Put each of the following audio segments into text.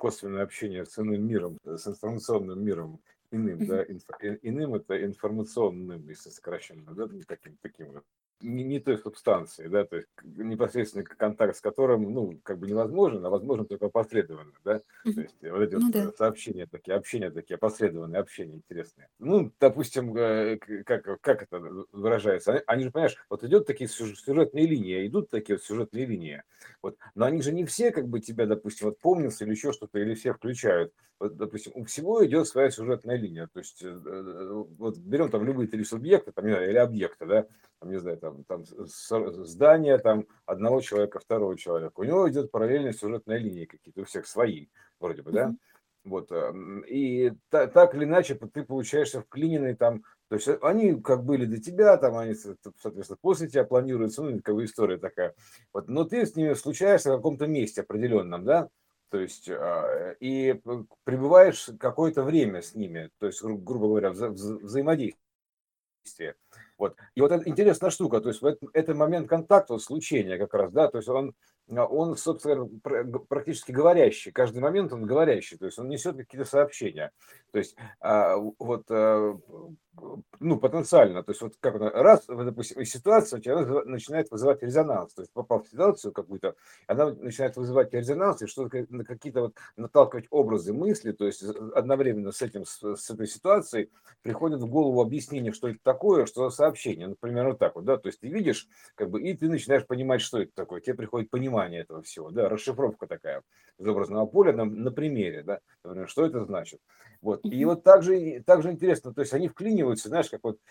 косвенное общение с иным миром, с информационным миром иным, Мгм. да, иным это информационным, если сокращенно, да, не таким вот, не той субстанции, да, то есть непосредственный контакт с которым, ну, как бы невозможен, а возможно только опосредованно, да, то Мгм. есть вот эти вот Ну да. сообщения такие, общения такие, опосредованные общения интересные. Ну, допустим, как это выражается? Они же, понимаешь, вот идет такие сюжетные линии, идут такие вот сюжетные линии, вот, но они же не все, как бы, тебя, допустим, вот помнятся или еще что-то, или все включают. Вот, допустим, у всего идет своя сюжетная линия. То есть, вот берем там любые три субъекта, там, не знаю, или объекта, да, там, не знаю, там здание там одного человека, второго человека. У него идет параллельная сюжетная линия какие-то, у всех свои, вроде бы, да. Мгм. Вот, и так или иначе ты получаешься вклиненный там, то есть они как были до тебя, там они, соответственно, после тебя планируются, ну, как бы история такая. Вот, но ты с ними случаешься в каком-то месте определенном, да, то есть и пребываешь какое-то время с ними, то есть, грубо говоря, взаимодействие. Вот. И вот это интересная штука, то есть это момент контакта, вот, случения как раз, да, то есть он, собственно, практически говорящий, каждый момент он говорящий, то есть он несет какие-то сообщения, то есть вот, ну, потенциально, то есть вот как раз, вот, допустим, и ситуация у тебя начинает вызывать резонанс, то есть попал в ситуацию какую-то, она начинает вызывать резонанс, и что-то на какие-то вот наталкивать образы, мысли, то есть одновременно с этим, с этой ситуацией, приходит в голову объяснение, что это такое, что за сообщение. Например, вот так вот, да, то есть ты видишь, как бы, и ты начинаешь понимать, что это такое. Тебе приходит понимание этого всего, да, расшифровка такая из образного поля на примере, да, например, что это значит. Вот. И Мгм. вот также интересно, то есть они вклиниваются, знаешь, как вот,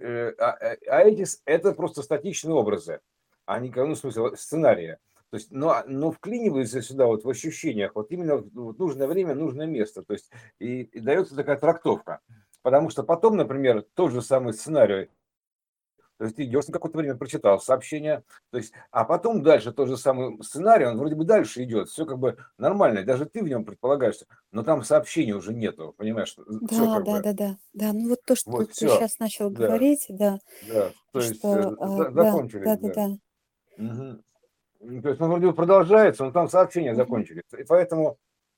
это просто статичные образы, они, ну, в смысле, вот сценария. То есть, но вклиниваются сюда вот в ощущениях, вот именно в нужное время, нужное место. То есть и дается такая трактовка. Потому что потом, например, тот же самый сценарий, то есть ты идешь на какое-то время, прочитал сообщение, то есть, а потом дальше тот же самый сценарий, он вроде бы дальше идет, все как бы нормально, и даже ты в нем предполагаешься, но там сообщения уже нету, понимаешь, все Да, как бы, да-да-да. Да, ну вот то, что вот ты все, сейчас начал да, говорить, да, да, то есть что, да, закончились, да. да-да-да. Мгм. То есть он вроде бы продолжается, но там сообщения Мгм. закончились, и поэтому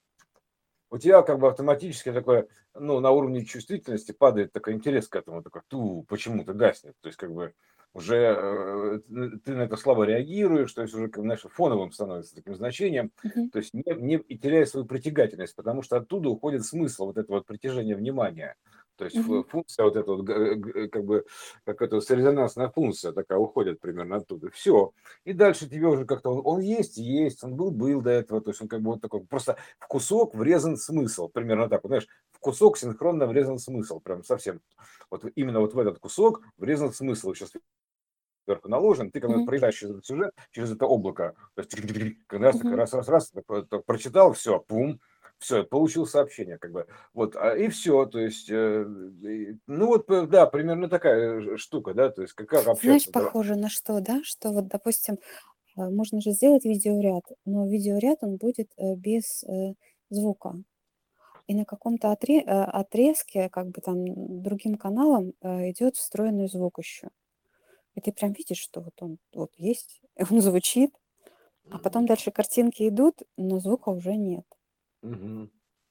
у тебя как бы автоматически такое, ну, на уровне чувствительности падает такой интерес к этому, такой, почему-то гаснет. То есть, как бы, уже ты на это слабо реагируешь, то есть уже, как бы, знаешь, фоновым становится таким значением, Мгм. то есть не и теряет свою притягательность, потому что оттуда уходит смысл вот этого вот притяжения внимания. То есть Мгм. функция вот эта вот, как бы, как это резонансная функция такая уходит примерно оттуда. Все. И дальше тебе уже как-то он есть, он был до этого, то есть он как бы вот такой, просто в кусок врезан смысл, примерно так, вот, знаешь, в кусок синхронно врезан смысл, прям совсем. Вот именно вот в этот кусок врезан смысл сейчас сверху наложен, ты когда Мгм. проезжаешь через этот сюжет, через это облако, то есть когда раз, так Мгм. раз, так прочитал, все, пум, все, получил сообщение, как бы, вот, и все, то есть, ну вот, да, примерно такая штука, да, то есть как Знаешь, общаться, похоже на что, да? Что вот, допустим, можно же сделать видеоряд, но видеоряд, он будет без звука. И на каком-то отрезке, как бы там другим каналом идет встроенный звук еще. И ты прям видишь, что вот он вот есть, он звучит, а потом дальше картинки идут, но звука уже нет. да.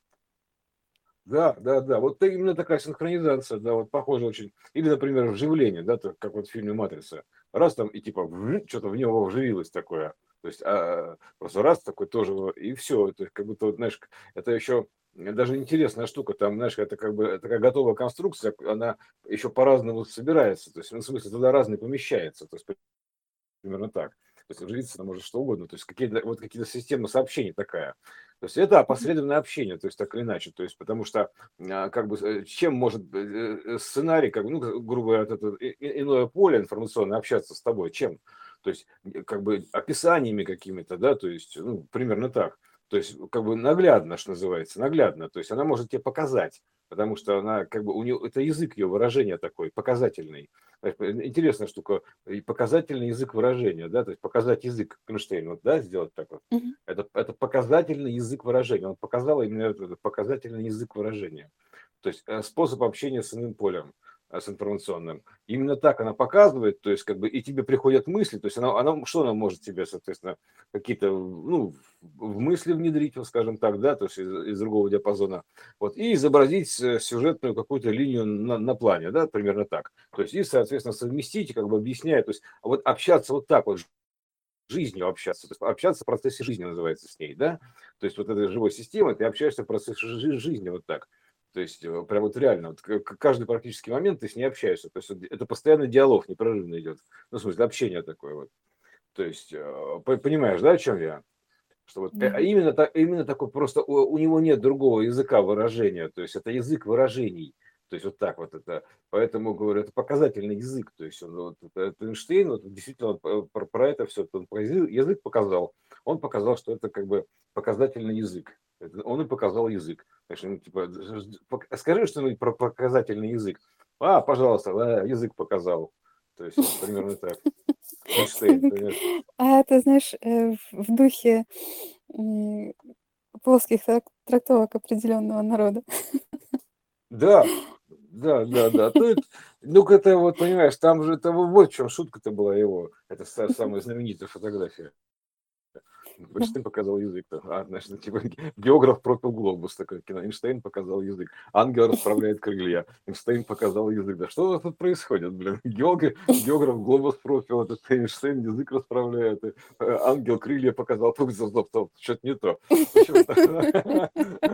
Да, да, да. Вот именно такая синхронизация, да, вот похоже очень. Или, например, вживление, да, как вот в фильме «Матрица». Раз там и типа что-то в него вживилось такое. То есть просто раз такой тоже, и все. Это как будто, вот, знаешь, это еще даже интересная штука. Там, знаешь, это как бы такая готовая конструкция, она еще по-разному собирается. То есть, ну, в смысле, туда разные помещается. То есть, примерно так. То есть вживиться она может что угодно. То есть какие-то системы сообщений такая. То есть это Мгм. опосредованное общение, то есть так или иначе. То есть потому что как бы чем может сценарий, как бы, ну, грубо говоря, вот это иное поле информационное общаться с тобой, чем? То есть как бы описаниями какими-то, да, то есть, ну, примерно так. То есть как бы наглядно, что называется, наглядно. То есть она может тебе показать, потому что она как бы у нее это язык ее выражения такой показательный. Интересная штука, и показательный язык выражения, да, то есть показать язык Эйнштейн, вот, да, сделать так вот. Мгм. Это показательный язык выражения. Он показал именно этот показательный язык выражения. То есть способ общения с иным полем. с информационным. Именно так она показывает, то есть как бы и тебе приходят мысли, то есть что она может тебе, соответственно, какие-то, ну, в мысли внедрить, вот скажем так, да, то есть из другого диапазона, вот, и изобразить сюжетную какую-то линию на плане, да, примерно так. То есть и, соответственно, совместить, как бы объясняя, то есть вот общаться вот так вот, жизнью общаться, то есть общаться в процессе жизни называется с ней, да, то есть вот этой живой системой ты общаешься в процессе жизни вот так, то есть прям вот реально, вот каждый практический момент ты с ней общаешься, то есть это постоянный диалог, непрерывно идет, ну, в смысле, общение такое вот, то есть понимаешь, да, о чем я? Что вот Да. именно такой просто у него нет другого языка выражения, то есть это язык выражений, то есть вот так вот это, поэтому говорю, это показательный язык, то есть он, вот, это Эйнштейн вот, действительно про это все, он язык показал, он показал, что это как бы показательный язык, он и показал язык. Конечно, ну, типа, скажи что-нибудь про показательный язык, пожалуйста, да, язык показал, то есть вот примерно так. Эйнштейн, понимаешь? А это, знаешь, в духе м, плоских трактовок определенного народа. Да, да. Ну, это вот, понимаешь, там же это вот в чем шутка-то была его. Это самая знаменитая фотография. Эйнштейн показал язык-то. Значит, ну, типа, географ пропил глобус, такой кино. Эйнштейн показал язык. Ангел расправляет крылья. Эйнштейн показал язык. Да что у нас тут происходит, блин? Географ глобус пропил, этот Эйнштейн язык расправляет. Ангел крылья показал. Стоп, что-то не то. В общем,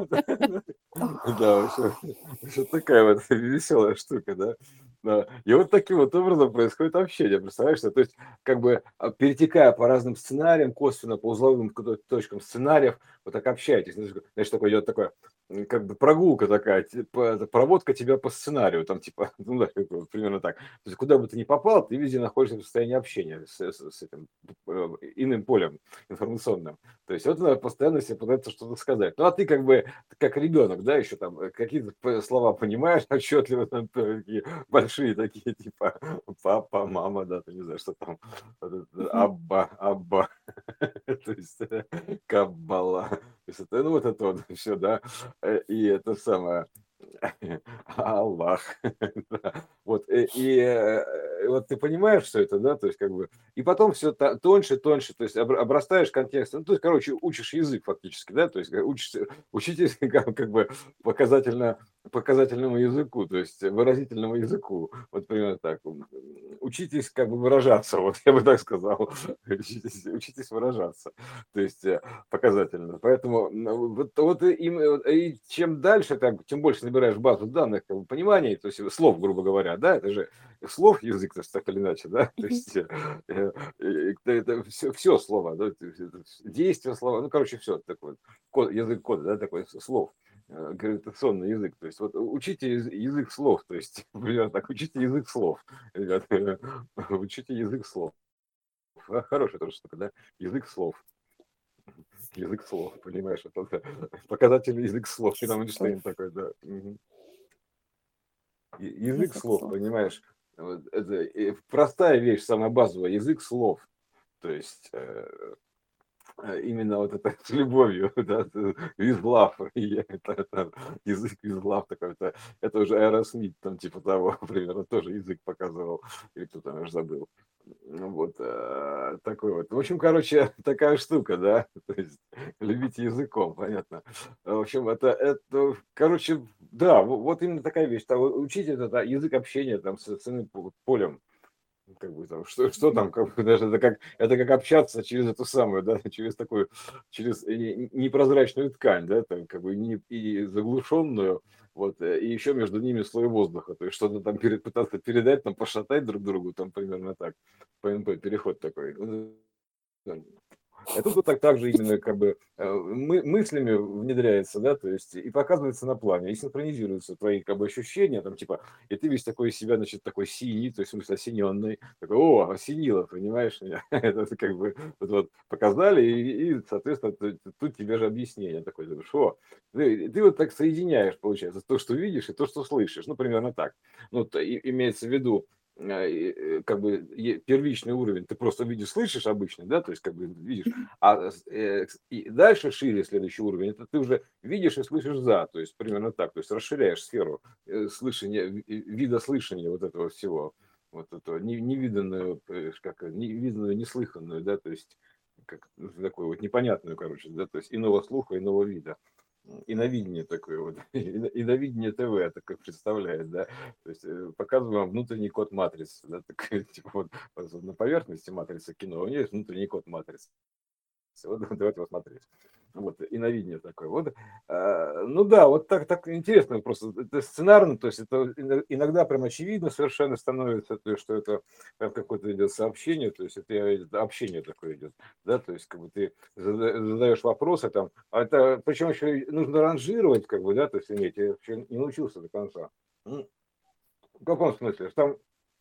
да, в общем, такая вот веселая штука, да. Да. И вот таким вот образом происходит общение, представляешь? То есть, как бы перетекая по разным сценариям, косвенно по узловым точкам сценариев, вот так общаетесь. Значит, такое идет такое, как бы прогулка такая, типа, проводка тебя по сценарию, там, типа, ну да, примерно так. То есть, куда бы ты ни попал, ты везде находишься в состоянии общения с этим иным полем информационным. То есть, вот надо постоянно себе пытаться что-то сказать. Ну, а ты как бы, как ребенок, да, еще там какие-то слова понимаешь отчетливо, там, такие большие такие, типа папа, мама, да, ты не знаешь, что там, вот это Мгм. абба, то есть каббала, то есть это, ну вот это вот все, да, и это самое, Аллах, да. Вот, вот ты понимаешь все это, да, то есть как бы, и потом все тоньше, тоньше, то есть обрастаешь контекстом, ну, то есть, короче, учишь язык фактически, да, то есть учишься, учитесь как бы показательному языку, то есть выразительному языку, вот примерно так. Учитесь как бы выражаться, вот я бы так сказал, учитесь выражаться, то есть показательно. Поэтому вот и чем дальше, тем больше набираешь базу данных, как бы, пониманий, то есть слов, грубо говоря, да, это же слов язык, то есть так или иначе, да, то Мгм. есть это все слово, да, действия слова, ну, короче, все такое, язык кода, да, такой слов, гравитационный язык, то есть вот учите язык слов, то есть, примерно так, учите язык слов, ребят, учите язык слов. Хорошая тоже штука, да, язык слов. Язык слов, понимаешь, это показательный язык слов. И там Слов. Эйнштейн такой, да. Язык Язык слов, слов. понимаешь. Вот это простая вещь, самая базовая, язык слов. То есть именно вот это с любовью, да, with love, это язык with love такой, это уже Аэросмит, там типа того, примерно, тоже язык показывал, или кто там, я уже забыл. Ну вот, такой вот. В общем, короче, такая штука, да, то есть любите языком, понятно. В общем, короче, да, вот именно такая вещь. Учить этот язык общения там с иным полем, как бы там, что Мгм. там, как бы даже это как общаться через эту самую, да, через такую, через непрозрачную ткань, да, там, как бы и заглушенную, вот, и еще между ними слой воздуха, то есть что-то там пытаться передать, там, пошатать друг другу, там, примерно так, ПНП, переход такой. Это тут так же именно как бы мыслями внедряется, да, то есть и показывается на плане, и синхронизируются твои как бы ощущения, там типа, и ты весь такой из себя, значит, такой синий, то есть в смысле осененный, такой, осенило, понимаешь меня, это как бы вот показали, и соответственно, тут тебе же объяснение такое, ты думаешь, ты вот так соединяешь, получается, то, что видишь, и то, что слышишь, ну, примерно так. Ну, имеется в виду, как бы первичный уровень, ты просто видишь, слышишь обычно, да, то есть как бы видишь, и дальше шире следующий уровень, это ты уже видишь и слышишь за, то есть примерно так, то есть расширяешь сферу слышания, вида слышания вот этого всего, вот этого невиданную, как невиданную, неслыханную, да, то есть как такую вот непонятную, короче, да, то есть иного слуха, иного вида. Иновидение такое вот, иновидение ТВ такое представляет, да, то есть показываю вам внутренний код матрицы, да, такой, типа вот на поверхности матрицы кино, у нее есть внутренний код матрицы, вот давайте его смотреть. Вот, иновидение такое. Вот, ну да, вот так интересно просто. Это сценарно, то есть это иногда прям очевидно совершенно становится, то есть, что это прям какое-то идет сообщение, то есть это общение такое идет, да, то есть как бы ты задаешь вопросы там, а это, причем еще нужно ранжировать, как бы, да, то есть иметь, я вообще не научился до конца. В каком смысле? Там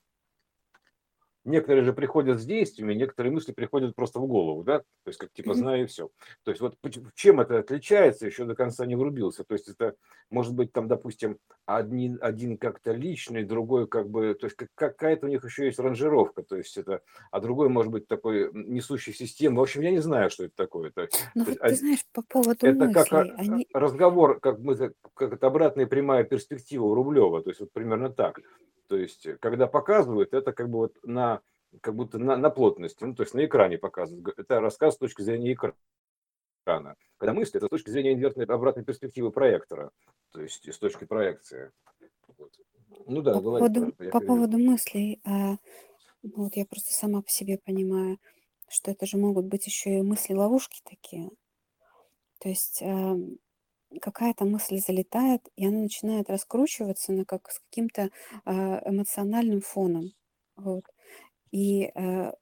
некоторые же приходят с действиями, некоторые мысли приходят просто в голову, да, то есть как типа Мгм. знаю и все. То есть вот чем это отличается, еще до конца не врубился. То есть это может быть там, допустим, один как-то личный, другой как бы, то есть какая-то у них еще есть ранжировка, то есть это, а другой может быть такой несущей системы. В общем, я не знаю, что это такое. То Ну есть вот ты знаешь, по поводу это как мыслей, они разговор, как это обратная прямая перспектива у Рублева, то есть вот примерно так. То есть, когда показывают, это как бы вот как будто на плотности, ну, то есть на экране показывают. Это рассказ с точки зрения экрана. Когда мысли, это с точки зрения инвертной обратной перспективы проектора, то есть с точки проекции. Вот. Ну да, по говори, поводу я по перебил. поводу мыслей, ну вот я просто сама по себе понимаю, что это же могут быть еще и мысли-ловушки такие. То есть, какая-то мысль залетает, и она начинает раскручиваться на как с каким-то, эмоциональным фоном. Вот. И,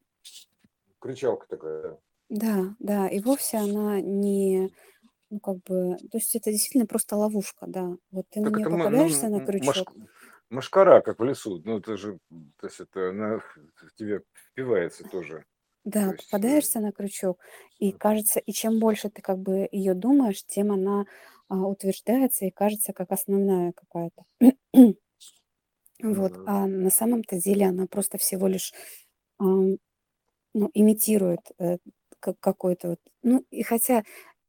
Кричалка такая, да. да, да, и вовсе она не, ну, как бы, то есть это действительно просто ловушка, да. Вот ты на Так нее это попадаешься на крючок, машкара, как в лесу. Ну, это же, то есть это в тебе впивается тоже. То да, есть, попадаешься на крючок, и кажется, и чем больше ты как бы ее думаешь, тем она, утверждается и кажется как основная какая-то. Вот, мгм. а на самом-то деле она просто всего лишь, ам, ну, имитирует, какой-то вот, ну, и хотя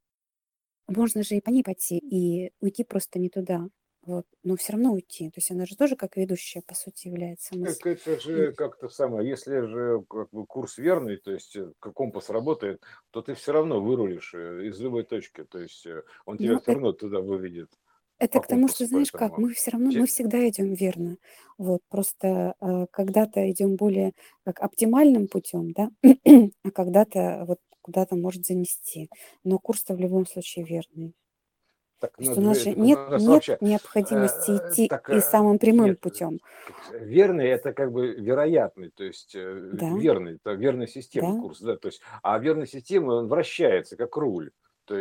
можно же и по ней пойти, и уйти просто не туда. Вот, но все равно уйти. То есть она же тоже как ведущая, по сути, является мысль. Так это И, же как-то самое, если же как бы курс верный, то есть компас работает, то ты все равно вырулишь из любой точки, то есть он тебя ну, все равно туда выведет это по к тому, что, компасу, знаешь как, поэтому мы все равно, че- мы всегда идем верно. Вот, просто, когда-то идем более как оптимальным путем, да, а когда-то вот куда-то может занести. Но курс-то в любом случае верный. так, То есть у нас же так у нас нет вообще, необходимости идти так, и самым прямым нет, путем. верный это как бы вероятный, то есть Да, верный, это верной системы да. курс, да, то есть, а верной системы он вращается, как руль,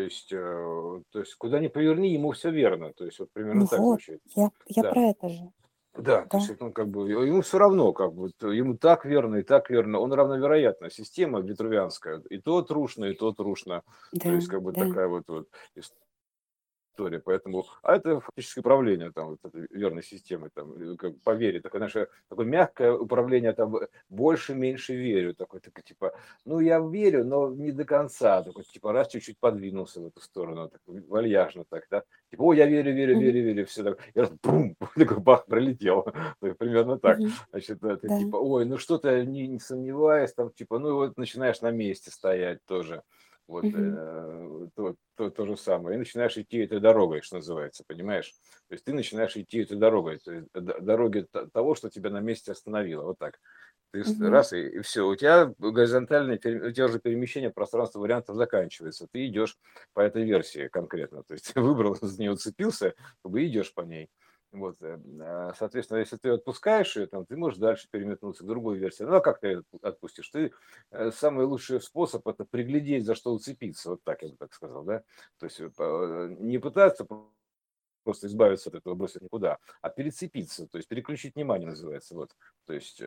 то есть куда ни поверни, ему все верно, то есть вот примерно Ну так вот, звучит, я да. про это же. Да, то есть Да, это он как бы, ему все равно, как бы, ему так верно и так верно, он равновероятно, система витрувианская, и то трушно, и то трушно, то да, есть как бы да. такая вот история, поэтому, а это фактически управление там вот этой верной системой, там, как бы по вере, такое наше, такое мягкое управление, там, больше, меньше верю, такой, типа, ну, я верю, но не до конца, такой, типа, раз чуть-чуть подвинулся в эту сторону, так, вальяжно так, да, типа, о, я верю, верю, Мгм, верю, верю, все так, и раз, бум, такой бах, пролетел, то есть примерно так, мгм. значит, ты Да, типа, ой, ну, что-то не сомневаюсь, там, типа, ну, и вот начинаешь на месте стоять тоже, вот, мгм. то же самое. И начинаешь идти этой дорогой, что называется, понимаешь? То есть ты начинаешь идти этой дорогой, то есть дороги того, что тебя на месте остановило. Вот так. Ты Мгм. раз, и все. У тебя горизонтальное, у тебя уже перемещение пространства вариантов заканчивается. Ты идешь по этой версии конкретно. То есть выбрал, за нее уцепился, как бы идешь по ней. Вот, соответственно, если ты отпускаешь ее, там, ты можешь дальше переметнуться к другой версии. Ну, а как ты отпустишь? Ты самый лучший способ это приглядеть, за что уцепиться. Вот так я бы так сказал, да. То есть не пытаться просто избавиться от этого, бросить никуда, а перецепиться, то есть переключить внимание называется. Вот. То есть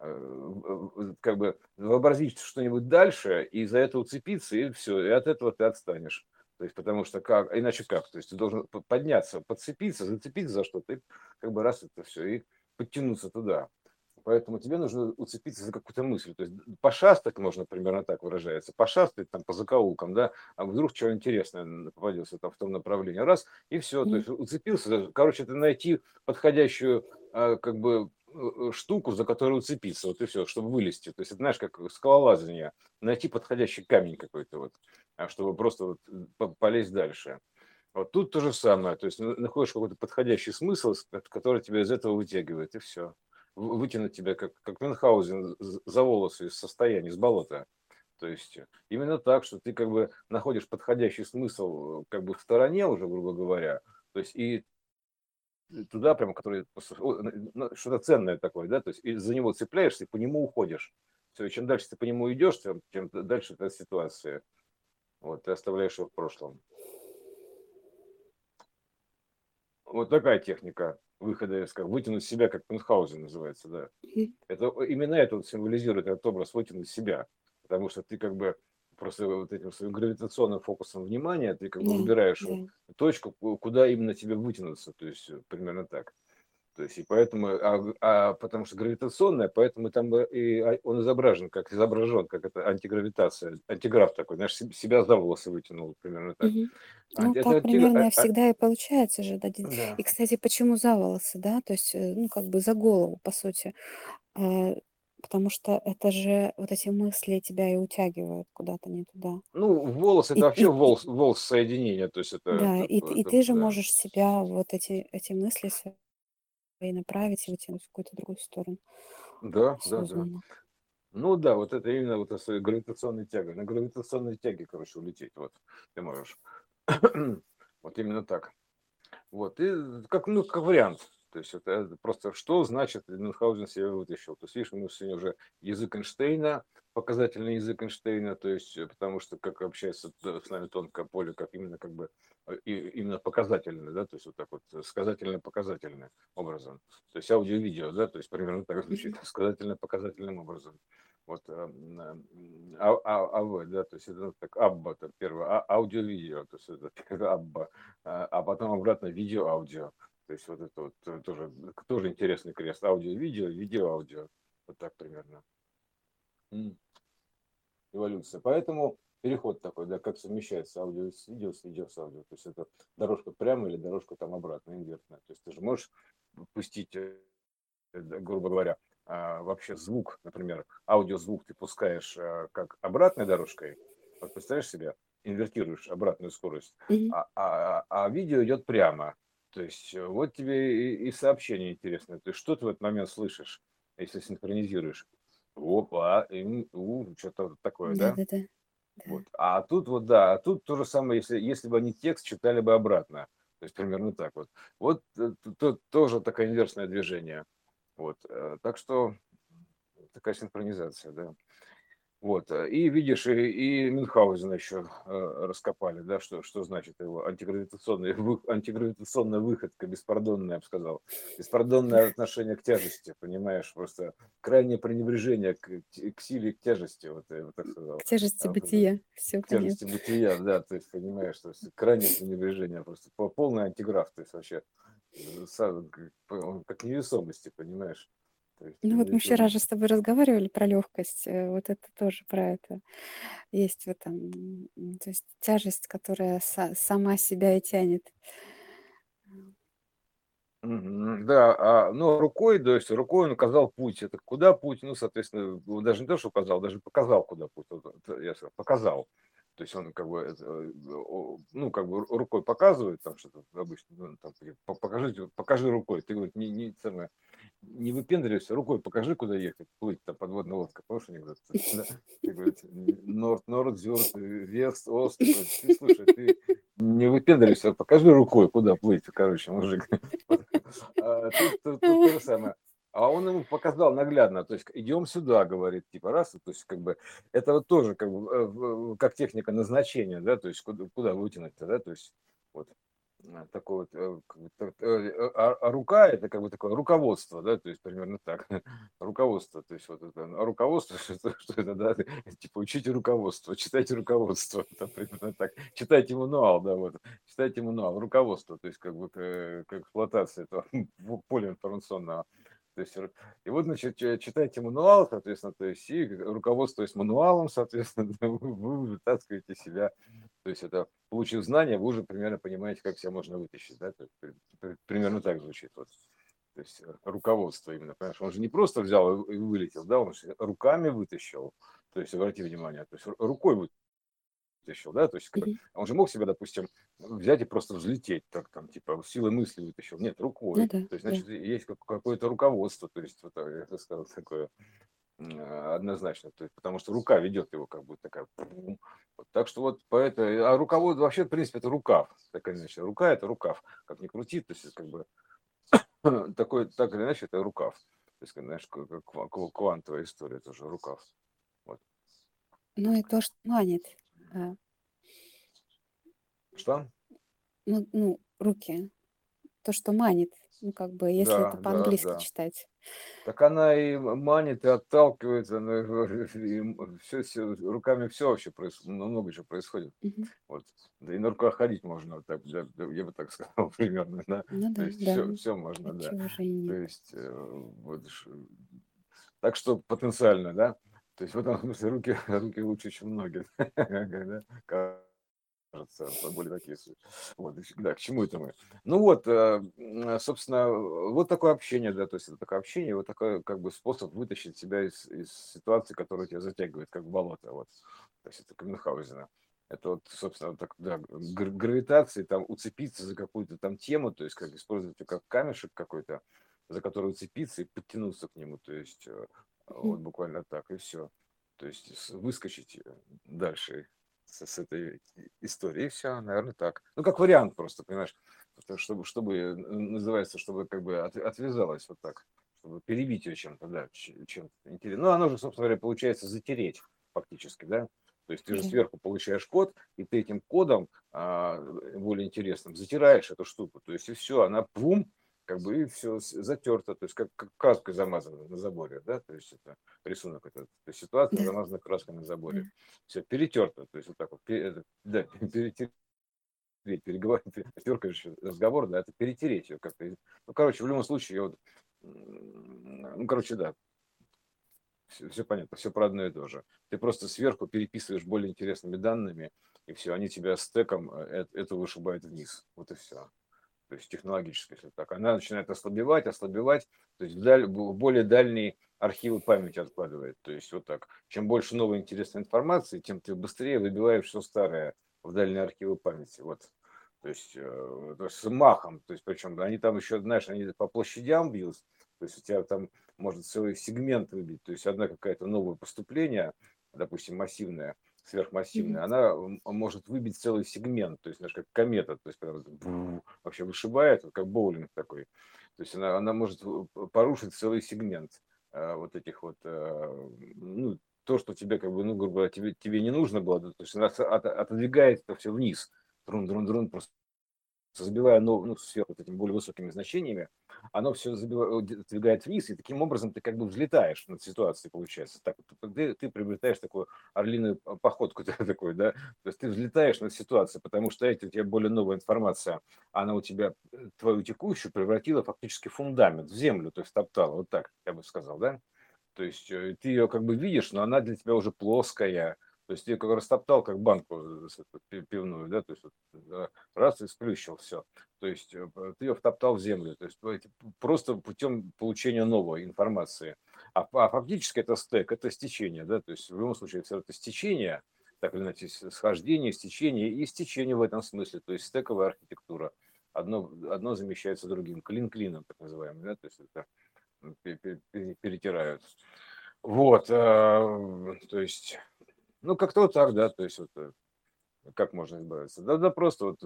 как бы вообразить что-нибудь дальше и за это уцепиться, и все, и от этого ты отстанешь. То есть, потому что как, иначе как? То есть ты должен подняться, подцепиться, зацепиться за что-то, и как бы раз это все, и подтянуться туда. Поэтому тебе нужно уцепиться за какую-то мысль. То есть пошастать можно примерно так выражается. Пошастать там по закоулкам, да, а вдруг что интересное попадется там в том направлении. Раз, и все. То Мгм. есть уцепился. Короче, это найти подходящую как бы штуку, за которую уцепиться. Вот и все, чтобы вылезти. То есть это, знаешь, как скалолазание. Найти подходящий камень какой-то вот, чтобы просто вот полезть дальше. Вот тут то же самое. То есть находишь какой-то подходящий смысл, который тебя из этого вытягивает, и все. Вытянуть тебя, как Мюнхгаузен, за волосы из состояния, из болота. То есть именно так, что ты как бы находишь подходящий смысл как бы в стороне уже, грубо говоря, то есть и туда прямо, который что-то ценное такое, да, то есть и за него цепляешься и по нему уходишь. Все, и чем дальше ты по нему идешь, тем дальше эта ситуация. Вот, ты оставляешь его в прошлом. Вот такая техника выхода, как вытянуть себя, как Мюнхгаузен называется, да. Мгм. Это именно это вот символизирует этот образ вытянуть себя, потому что ты как бы просто вот этим своим гравитационным фокусом внимания ты как бы Да, выбираешь да. точку, куда именно тебе вытянуться, то есть примерно так. То есть и поэтому, потому что гравитационная, поэтому там он изображен, как это антигравитация, антиграф такой, знаешь, себя за волосы вытянул, примерно так. Мгм. Ну, Это так примерно всегда и получается же, да. да. И, кстати, почему за волосы, да? То есть, ну, как бы за голову, по сути. Э, Потому что это же вот эти мысли тебя и утягивают куда-то не туда. Ну, волос это И вообще и и волос соединения, то есть да, и ты же да. можешь себя, вот эти мысли свои направить и вытянуть в какую-то другую сторону Да, да, да. осознанно. Ну да, вот это именно вот эта гравитационная тяга. На гравитационной тяге, короче, улететь. Вот ты можешь. Вот именно так. Вот, и как, ну, как вариант. То есть это просто что значит Мюнхгаузен себя вытащил. То есть, видишь, мы сегодня уже язык Эйнштейна, показательный язык Эйнштейна, то есть, потому что как общается с нами тонкое поле, как именно как бы именно показательно, да, то есть вот так вот сказательно-показательным образом. То есть аудио-видео, да, то есть примерно так звучит, Мгм. сказательно-показательным образом. Вот да, то есть это ну, так Абба, это первое, аудио-видео, то есть это Абба, потом обратно видео-аудио. То есть вот это вот тоже интересный крест. Аудио-видео, видео-аудио. Вот так примерно. Эволюция. Поэтому переход такой, да, как совмещается аудио с видео, с видео с аудио. То есть это дорожка прямо или дорожка там обратно, инвертная. То есть ты же можешь пустить, грубо говоря, вообще звук, например, аудиозвук ты пускаешь как обратной дорожкой, вот представляешь себе, инвертируешь обратную скорость, Мгм. а видео идет прямо. То есть вот тебе и сообщение интересное. То есть что ты в этот момент слышишь, если синхронизируешь? Опа, что-то такое, да? Да-да-да. Да. Вот. А тут вот, да, а тут то же самое, если бы они текст читали бы обратно. То есть примерно так вот. Вот тоже такое инверсное движение. Вот. Так что такая синхронизация, да. Вот, и видишь, и Мюнхгаузена еще раскопали, да, что значит его антигравитационная выходка, беспардонная, я бы сказал, беспардонное отношение к тяжести, понимаешь, просто крайнее пренебрежение к силе, к тяжести, вот я бы так сказал, К тяжести как бы, бытия. Все к понятно. тяжести бытия, да, то есть, понимаешь, то есть крайнее пренебрежение, просто полный антиграф, то есть вообще, он как невесомости, понимаешь, то есть Ну вот мы вчера же с тобой разговаривали про легкость. Вот это тоже про это. Есть в этом, то есть тяжесть, которая сама себя и тянет. Да, ну, рукой, то есть рукой он указал путь. Это куда путь? Ну, соответственно, даже не то, что указал, даже показал, куда путь. Вот это я сказал, показал. То есть он как бы, ну, как бы рукой показывает, там что-то обычно, ну, там, покажи рукой. Ты говоришь, не выпендривайся, рукой покажи, куда ехать, плыть, там, подводная лодка. Помнишь анекдот? Да? Ты говоришь, норд, зюрт, вест, ост. Такой, ты слушай, ты не выпендривайся, покажи рукой, куда плыть, короче, мужик. Вот. Тут то же самое. А он ему показал наглядно, то есть идем сюда, говорит, типа раз, то есть как бы это вот тоже как бы как техника назначения, да, то есть куда вытянуть-то, да, то есть вот такой вот, как бы, а рука это как бы такое руководство, да, то есть примерно так, руководство, то есть вот это руководство, что это, да, типа учите руководство, читайте руководство, там примерно так, читайте мануал, да, вот, читайте мануал, руководство, то есть как бы как эксплуатация этого поля информационного. То есть, и вот, значит, читайте мануал, соответственно, то есть, и руководствуясь мануалом, соответственно, вы вытаскиваете себя, то есть, это, получив знания, вы уже примерно понимаете, как себя можно вытащить, да, то есть, примерно так звучит, вот. То есть, руководство именно, понимаешь, он же не просто взял и вылетел, да, он же руками вытащил, то есть, обрати внимание, то есть, рукой вытащил, да, то есть как бы, Мгм. он же мог себя, допустим, взять и просто взлететь, так там, типа, силой мысли вытащил. Нет, Ну рукой. да, То есть, да. значит, есть какое-то руководство, то есть, вот, я бы сказал, такое однозначно, то есть, потому что рука ведет его, как бы такая. Вот, так что вот поэтому, а руководство вообще, в принципе, это рукав, так или иначе. Рука это рукав, как ни крути, то есть, это как бы такой, так или иначе, это рукав. То есть, знаешь, как квантовая история, тоже рукав. Вот. Ну и то, что манит, э, Что? ну, руки, то, что манит, ну, как бы, если это Да, да, по-английски да. читать. Так она и манит, и отталкивается, все, руками все вообще происходит, много чего происходит. Мгм. Вот. Да и на руках ходить можно, вот так, я бы так сказал, примерно, да. Ну То да, есть да. все можно, да. Отчего же и То нет? есть, так что потенциально, да. То есть в этом смысле руки лучше, чем ноги. Да, кажется, более такие. Вот, да, к чему это мы? Ну вот, собственно, вот такое общение, да, то есть это такое общение, вот такой как бы способ вытащить себя из ситуации, которая тебя затягивает, как в болото, вот. То есть это Мюнхгаузена. Это вот, собственно, вот так, да, гравитации, там, уцепиться за какую-то там тему, то есть как использовать ее как камешек какой-то, за который уцепиться и подтянуться к нему, то есть Мгм. вот буквально так, и все. То есть выскочить дальше с этой историей. И все, наверное, так. Ну, как вариант просто, понимаешь, чтобы называется, чтобы как бы отвязалось вот так, чтобы перебить ее чем-то, да, чем-то интересным. Ну, оно же, собственно говоря, получается затереть фактически, да. То есть ты же Да. сверху получаешь код, и ты этим кодом более интересным затираешь эту штуку. То есть и все, она бум, как бы и все затерто, то есть как краской замазано на заборе, да, то есть это рисунок этот, то есть ситуация Да, замазана краской на да. заборе, все перетерто, то есть вот так вот, да, перетереть, переговорить, теркаешь разговор, да, это перетереть ее как-то. Ну, короче, в любом случае, я вот, ну, короче, да, все понятно, все про одно и то же. Ты просто сверху переписываешь более интересными данными, и все, они тебя стеком это вышибают вниз. Вот и все. То есть технологически, если так. Она начинает ослабевать, то есть в более дальние архивы памяти откладывает. То есть вот так. Чем больше новой интересной информации, тем ты быстрее выбиваешь все старое в дальние архивы памяти. Вот. То есть с махом. То есть причем они там еще, знаешь, они по площадям бьют. То есть у тебя там может целый сегмент выбить. То есть одна какая-то новое поступление, допустим, массивное, Мгм. сверхмассивная, она может выбить целый сегмент, то есть, знаешь, как комета, то есть, когда вообще вышибает, вот как боулинг такой. То есть она может порушить целый сегмент вот этих вот, ну, то, что тебе, как бы, ну, грубо говоря, тебе не нужно было, да, то есть она отодвигает это все вниз, друн, просто забивая ну, сверху вот этими более высокими значениями, оно все двигает вниз, и таким образом ты как бы взлетаешь над ситуацией, получается. Так, вот, ты приобретаешь такую орлиную походку такой, да, то есть ты взлетаешь над ситуацией, потому что эти у тебя более новая информация, она у тебя твою текущую превратила фактически в фундамент, в землю, то есть топтала, вот так, я бы сказал, да. То есть ты ее как бы видишь, но она для тебя уже плоская. То есть ты ее как растоптал, как банку пивную, да, то есть вот, раз и сплющил все. То есть ты ее втоптал в землю, то есть просто путем получения новой информации. А фактически это стек, это стечение, да, то есть в любом случае все это стечение, так или иначе, схождение, стечение и стечение в этом смысле, то есть стековая архитектура. Одно замещается другим, клин клином, так называемый, да, то есть это перетирают. Вот, то есть, ну, как-то вот так, да, то есть, вот, как можно избавиться? Да, просто вот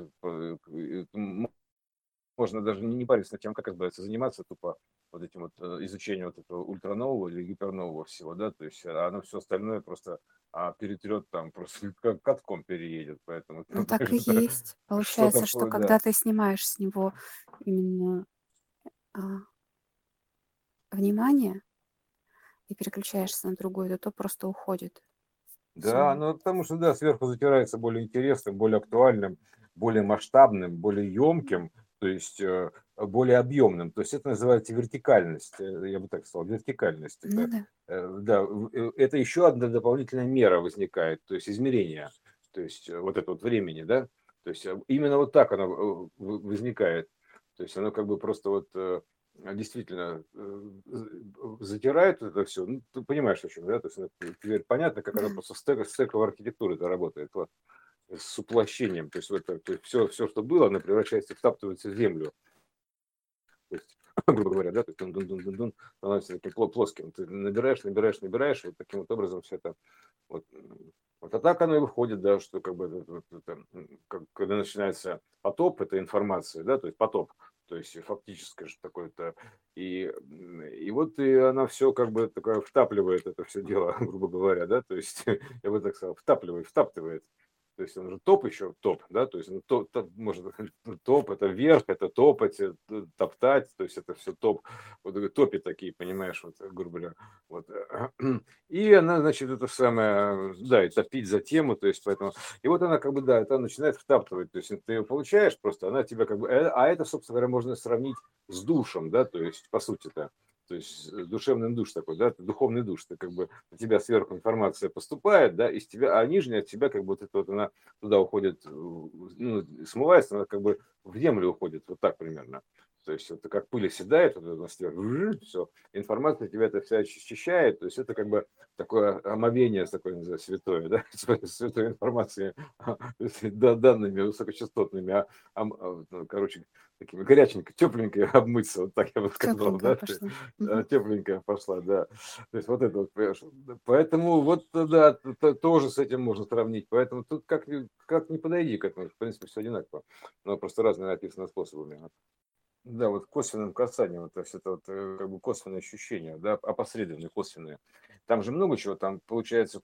можно даже не париться над тем, как избавиться, заниматься тупо вот этим вот изучением вот этого ультранового или гипернового всего, да, то есть оно все остальное просто перетрет там, просто как катком переедет, поэтому Ну, так и есть. что-то, Получается, что когда да. ты снимаешь с него именно, а, внимание и переключаешься на другое, то просто уходит Да, само. ну потому что, да, сверху затирается более интересным, более актуальным, более масштабным, более емким. то есть более объемным. То есть это называется вертикальность, я бы так сказал, вертикальность. Ну Это, да. да, это еще одна дополнительная мера возникает, то есть измерение, то есть вот это вот времени, да, то есть именно вот так оно возникает. То есть оно как бы просто вот действительно затирает это все. Ну, ты понимаешь, о чем, да? То есть теперь понятно, как Да. оно просто стековой архитектуры это работает. Вот с уплощением. То есть, вот, то есть все, что было, оно превращается, втаптывается в землю. То есть, грубо говоря, да, то есть дун-дун-дун-дун-дун, становится таким плоским. Ты набираешь, вот таким вот образом все это. Вот, вот, а так оно и выходит, да, что как бы когда начинается потоп, это информация, да, то есть потоп, то есть фактическое же такое-то, и вот и она все как бы такое втапливает это все дело, грубо говоря, да, то есть я бы так сказал, втаптывает. То есть он же топ еще, топ, да, то есть ну, может, топ, это вверх, это топать, топтать, то есть это все топ, вот топи такие, понимаешь, вот, грубо говоря, вот. И она, значит, это самое, да, и топить за тему, то есть поэтому, и вот она как бы, да, это начинает втаптывать, то есть ты ее получаешь просто, она тебя как бы, а это, собственно говоря, можно сравнить с душем, да, то есть, по сути-то, то есть душевный душ такой, да, духовный душ, ты как бы, у тебя сверху информация поступает, да, из тебя, а нижняя от тебя как бы вот это вот она туда уходит, ну, смывается, она как бы в землю уходит, вот так примерно. То есть это как пыль оседает, вот это все, информация тебя это вся очищает, то есть это как бы такое омовение, такое называется, святое, да, святой информации, данными высокочастотными, ну, короче, такими горяченько, тепленько обмыться, вот так я бы сказал, Тепленькая да, пошла. Мгм. тепленькая пошла, да. То есть вот это вот, понимаешь, поэтому вот, да, тоже с этим можно сравнить, поэтому тут как ни подойди к этому, в принципе, все одинаково, но просто разные написано способами. Да, вот косвенным касанием, то есть это вот как бы косвенные ощущения, да, опосредованные, косвенные. Там же много чего, там получается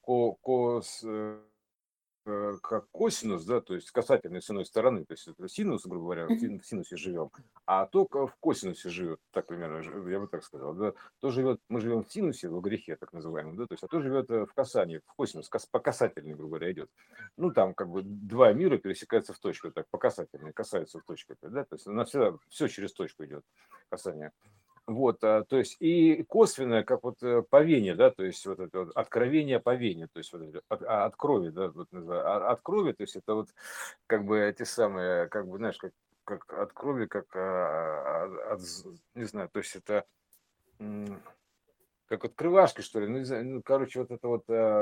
как косинус, да, то есть касательной с иной стороны, то есть это синус, грубо говоря, Мгм. в синусе живем, а только в косинусе живет, так примерно, я бы так сказал, да, то живет, мы живем в синусе, в грехе, так называемом, да, то есть, а то живет в касании, в косинус, по касательной, грубо говоря, идет. Ну, там как бы два мира пересекаются в точку, так, по касательной, касаются в точку, да, то есть у нас все через точку идет, касание. Вот, то есть и косвенное, как вот по вене, да, то есть вот это вот откровение по вене, то есть вот от крови, да, вот, от крови, то есть это вот как бы эти самые, как бы, знаешь, как от крови, как не знаю, то есть это как открывашки, что ли, ну, не знаю, ну, короче, вот это вот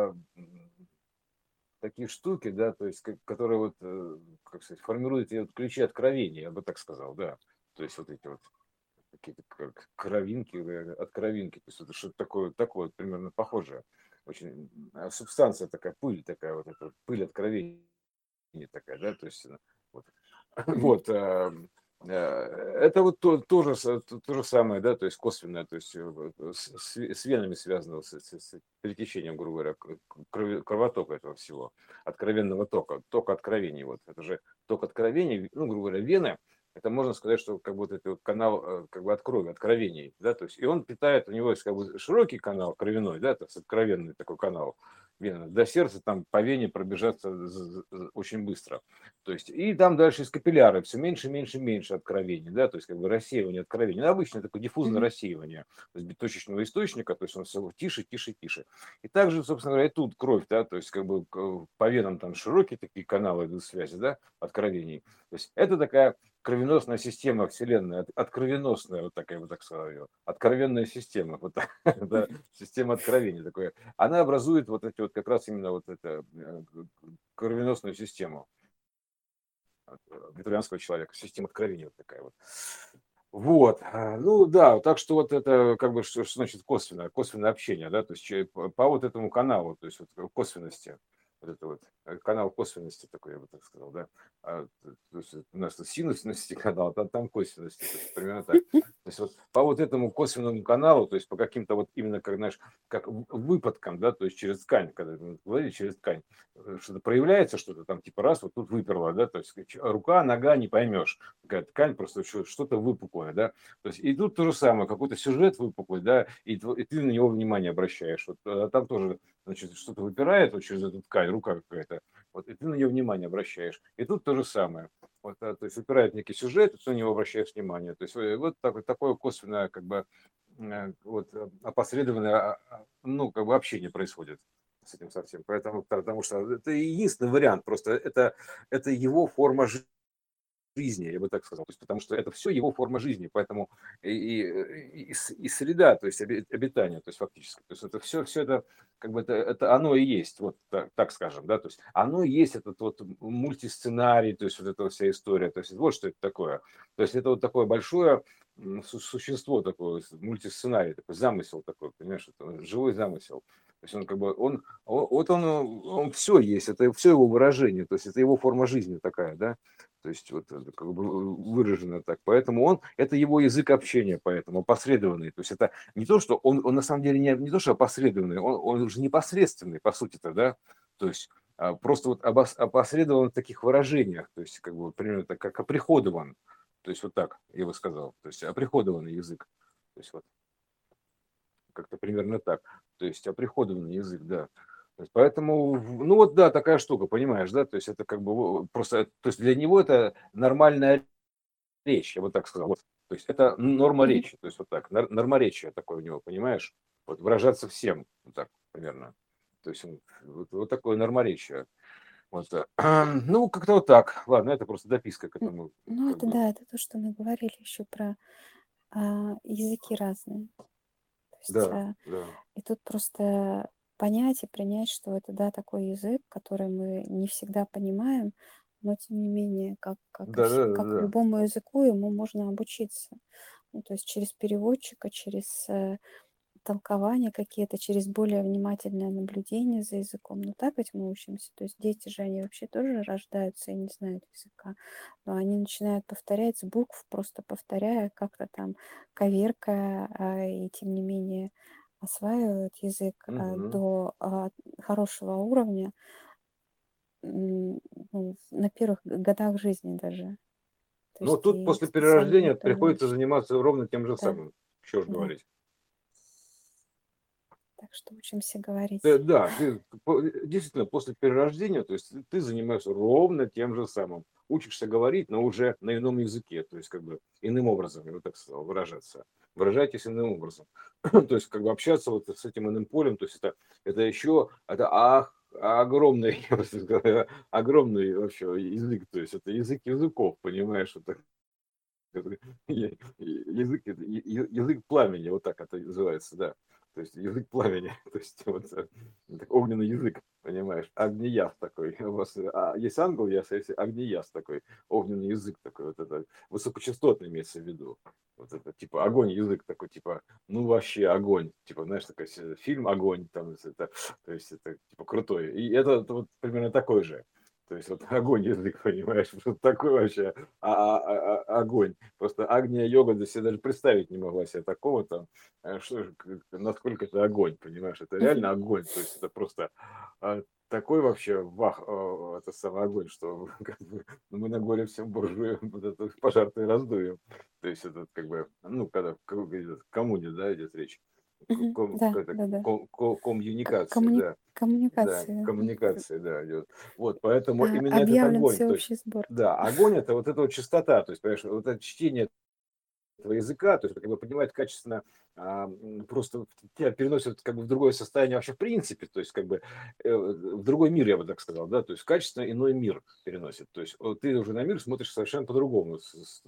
такие штуки, да, то есть, которые вот, как сказать, формируют эти вот ключи откровения, я бы так сказал, да, то есть вот эти вот какие-то как кровинки, от кровинки. То есть это что-то такое вот примерно похожее. Очень субстанция такая, пыль такая, вот эта вот пыль откровения такая, да, то есть вот, Мгм. вот это вот тоже то же самое, да, то есть косвенное, то есть с венами связано, с перетечением, грубо говоря, кровотока этого всего, откровенного тока, ток откровений, вот, это же ток откровений, ну, грубо говоря, вены, это можно сказать, что как будто это вот канал как бы от крови, откровений, да, то есть и он питает, у него есть как бы широкий канал кровяной, да, то есть откровенный такой канал, вена, до сердца там по вене пробежаться очень быстро. То есть, и там дальше из капилляры все меньше, меньше, меньше откровений, да, то есть как бы рассеивание откровений. Ну, обычно такое диффузное Мгм. рассеивание, то есть без точечного источника, то есть он все тише, тише, тише. И также, собственно говоря, и тут кровь, да, то есть как бы по венам там широкие такие каналы идут связи, да, откровений. То есть это такая кровеносная система Вселенной, откровеносная, вот такая вот так сказал ее, откровенная система, вот так, да, система откровений такое. Она образует вот эти вот как раз именно вот это кровеносную систему вегетарианского человека, система откровений вот такая вот. Вот, ну да, так что вот это как бы что значит косвенное общение, да, то есть по вот этому каналу, то есть вот косвенности, вот это вот канал косвенности такой, я бы так сказал, да. То есть у нас тут синусности канал, а там косвенности, то есть примерно так. То есть вот по вот этому косвенному каналу, то есть по каким-то вот именно, как знаешь, как выпадкам, да, то есть через ткань, когда мы говорили, через ткань, что-то проявляется, что-то там типа раз, вот тут выперло, да, то есть рука, нога, не поймешь, такая ткань, просто что-то выпуклое, да. То есть и тут то же самое, какой-то сюжет выпуклый, да, и ты на него внимание обращаешь. Вот там тоже, значит, что-то выпирает вот через эту ткань, рука какая-то, Вот, и ты на нее внимание обращаешь. И тут то же самое. Вот, то есть упирает некий сюжет, и ты на него обращаешь внимание. То есть вот такое косвенное, как бы, вот, опосредованное, ну, как бы общение происходит с этим совсем. Поэтому, потому что это единственный вариант, просто это его форма жизни, я бы так сказал. То есть, потому что это все его форма жизни, поэтому и среда, то есть обитания, то есть фактически. То есть это все это, как бы это оно и есть, вот так скажем, да, то есть оно и есть этот вот мультисценарий, то есть вот эта вся история, то есть вот что это такое. То есть это вот такое большое существо такое, мультисценарий, такой замысел такой, понимаешь, это живой замысел. То есть он как бы, вот он все есть, это все его выражение, то есть это его форма жизни такая, да. То есть вот это как бы выражено так. Поэтому это его язык общения, поэтому опосредованный. То есть это не то, что он на самом деле не то, что опосредованный, он уже непосредственный, по сути-то, да. То есть просто вот опосредован в таких выражениях, то есть как бы примерно так, как оприходован. То есть вот так, я бы сказал. То есть оприходованный язык. То есть вот как-то примерно так. То есть оприходованный язык, да. То есть поэтому, ну вот да, такая штука, понимаешь, да, то есть это как бы просто, то есть для него это нормальная речь, я бы так сказал. Вот. То есть это норма Мгм. речи, то есть вот так, норморечие такое у него, понимаешь? Вот выражаться всем, вот так примерно. То есть вот такое норморечие. Вот, ну, как-то вот так. Ладно, это просто дописка к этому, Ну, как это бы. да, это то, что мы говорили еще про языки разные. То есть, Да, да. и тут просто понять и принять, что это, да, такой язык, который мы не всегда понимаем, но тем не менее, Да, да, как да, да. любому языку, ему можно обучиться. Ну, то есть через переводчика, через толкования какие-то, через более внимательное наблюдение за языком. Ну так ведь мы учимся. То есть дети же, они вообще тоже рождаются и не знают языка. Но они начинают повторять с букв, просто повторяя, как-то там коверкая, и тем не менее осваивают язык Мгм. до хорошего уровня, ну, на первых годах жизни даже. То Но есть тут и после специально перерождения никто не приходится учит. заниматься ровно тем же Да, самым. Что ж да. говорить. Так что учимся говорить. Да, ты действительно после перерождения, то есть ты занимаешься ровно тем же самым. Учишься говорить, но уже на ином языке, то есть как бы иным образом, я бы так сказал, выражаться. Выражайтесь иным образом. То есть как бы общаться вот с этим иным полем, то есть это еще, это огромный, я бы сказал, огромный вообще язык, то есть это язык языков, понимаешь, это язык, язык пламени, вот так это называется, да. То есть язык пламени, то есть вот огненный язык, понимаешь, огнеяз такой. У вас есть ангел, есть огнеяз такой, огненный язык такой, вот это высокочастотный имеется в виду. Вот это типа огонь язык такой, типа, ну вообще огонь, типа, знаешь, такой фильм огонь, там, это, то есть это типа крутой. И это вот примерно такой же. То есть вот огонь язык, понимаешь, вот такой вообще огонь. Просто Агния-йога до себя даже представить не могла себе такого там, насколько это огонь, понимаешь, это Мгм. реально огонь, то есть это просто такой вообще вах, это самый огонь, что как бы, мы на горе всем буржуям вот это пожар-то и раздуем. То есть это как бы, ну, когда в коммуне, да, идет речь, Мгм. Да, да-да. коммуникации, да. Да, Коммуникация. коммуникация, да, идет. Вот, поэтому именно этот Объявлен огонь, то есть, всеобщий сбор. да, огонь это вот эта вот частота, то есть, понимаешь, вот это чтение этого языка, то есть, как бы поднимает качественно, просто тебя переносит как бы в другое состояние вообще в принципе, то есть, как бы в другой мир, я бы так сказал, да, то есть, качественно иной мир переносит, то есть, ты уже на мир смотришь совершенно по-другому,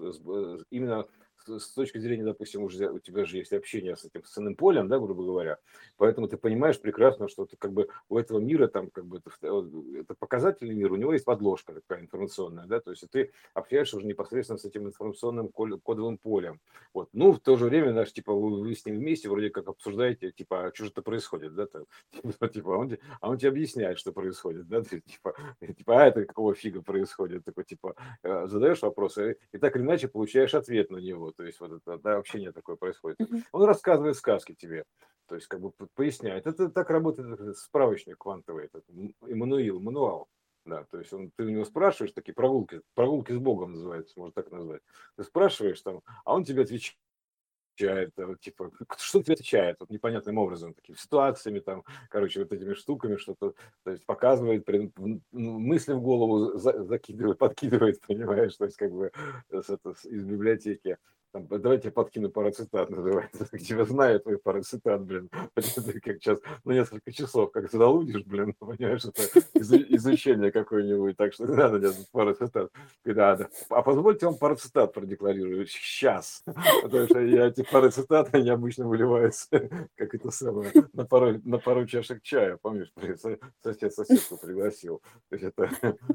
именно с точки зрения, допустим, уже у тебя же есть общение с этим с иным полем, да, грубо говоря, поэтому ты понимаешь прекрасно, что ты как бы у этого мира там как бы это показательный мир, у него есть подложка такая информационная, да, то есть и ты общаешься уже непосредственно с этим информационным кодовым полем. Вот. Ну, в то же время, даже, типа, вы с ним вместе вроде как обсуждаете, типа, а что же это происходит, да, там, типа, он тебе объясняет, что происходит, да, ты, типа, а это какого фига происходит, такой, типа, задаешь вопросы, и так или иначе получаешь ответ на него, то есть вот это да, общение такое происходит. Мгм. Он рассказывает сказки тебе, то есть как бы поясняет. Это так работает этот справочник квантовый, этот мануал. Да, то есть ты у него спрашиваешь, такие прогулки с Богом называется, можно так назвать. Ты спрашиваешь там, а он тебе отвечает отвечает, вот, типа, что тебе отвечает, вот непонятным образом, такими ситуациями, там, короче, вот этими штуками, что-то, то есть показывает, мысли в голову закидывает, подкидывает, понимаешь, то есть как бы из библиотеки. Там, давайте я подкину парацетат, называется. Тебя знает твой парацетат, блин. Ты как сейчас, ну, несколько часов, как залудишь, блин, понимаешь, это изучение какое-нибудь, так что не надо мне парацетат. Да. А позвольте вам парацетат продекларировать сейчас. Потому что эти парацетаты, они обычно выливаются, как это самое, на пару чашек чая, помнишь, сосед соседку пригласил. То есть это,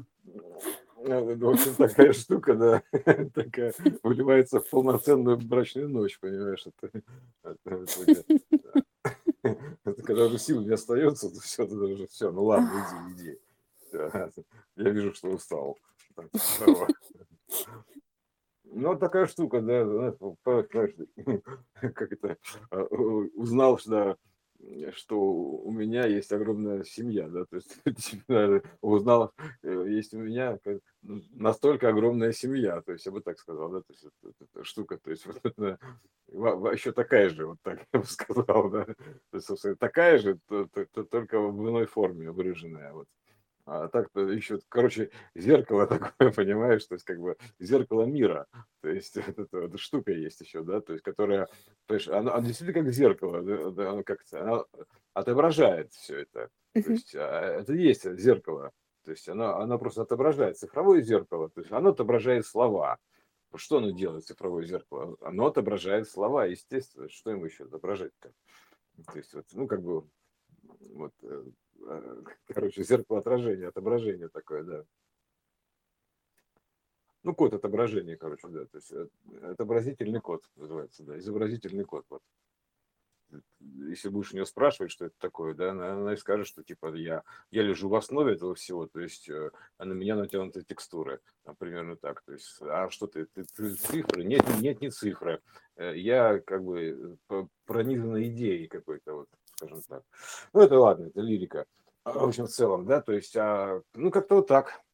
в общем, такая штука, да, такая, выливается в полноценную брачную ночь, понимаешь, это когда уже сил не остается, то все, это уже все, ну ладно, иди. Да, я вижу, что устал. Так, здорово. Ну, вот такая штука, да, знаешь, как это, узнал, что у меня есть огромная семья, да, то есть типа, узнал, есть у меня настолько огромная семья, то есть я бы так сказал, да, то есть эта штука, то есть вот это, еще такая же, вот так я бы сказал, да, то есть, собственно, такая же, только в иной форме выраженная, вот. А так-то еще, короче, зеркало такое, понимаешь, то есть как бы зеркало мира, то есть эта штука есть еще, да, то есть которая, понимаешь, она действительно как зеркало, да, она как-то, она отображает все это, то Мгм. есть это и есть зеркало, то есть она просто отображает, цифровое зеркало, то есть оно отображает слова. Что оно делает, цифровое зеркало? Оно отображает слова, естественно, что ему еще отображать-то? То есть вот, ну, как бы, вот, короче, зеркало отражения, отображение такое, да. Ну, код отображения, короче, да. То есть отобразительный код называется, да, изобразительный код. Вот. Если будешь у нее спрашивать, что это такое, да, она и скажет, что типа я лежу в основе этого всего, то есть на меня натянуты текстуры, примерно так. То есть, а что ты цифры? Нет, не цифры. Я как бы пронизана идеей какой-то, вот, скажем так. Ну, это ладно, это лирика. В общем, в целом, да, то есть, ну, как-то вот так.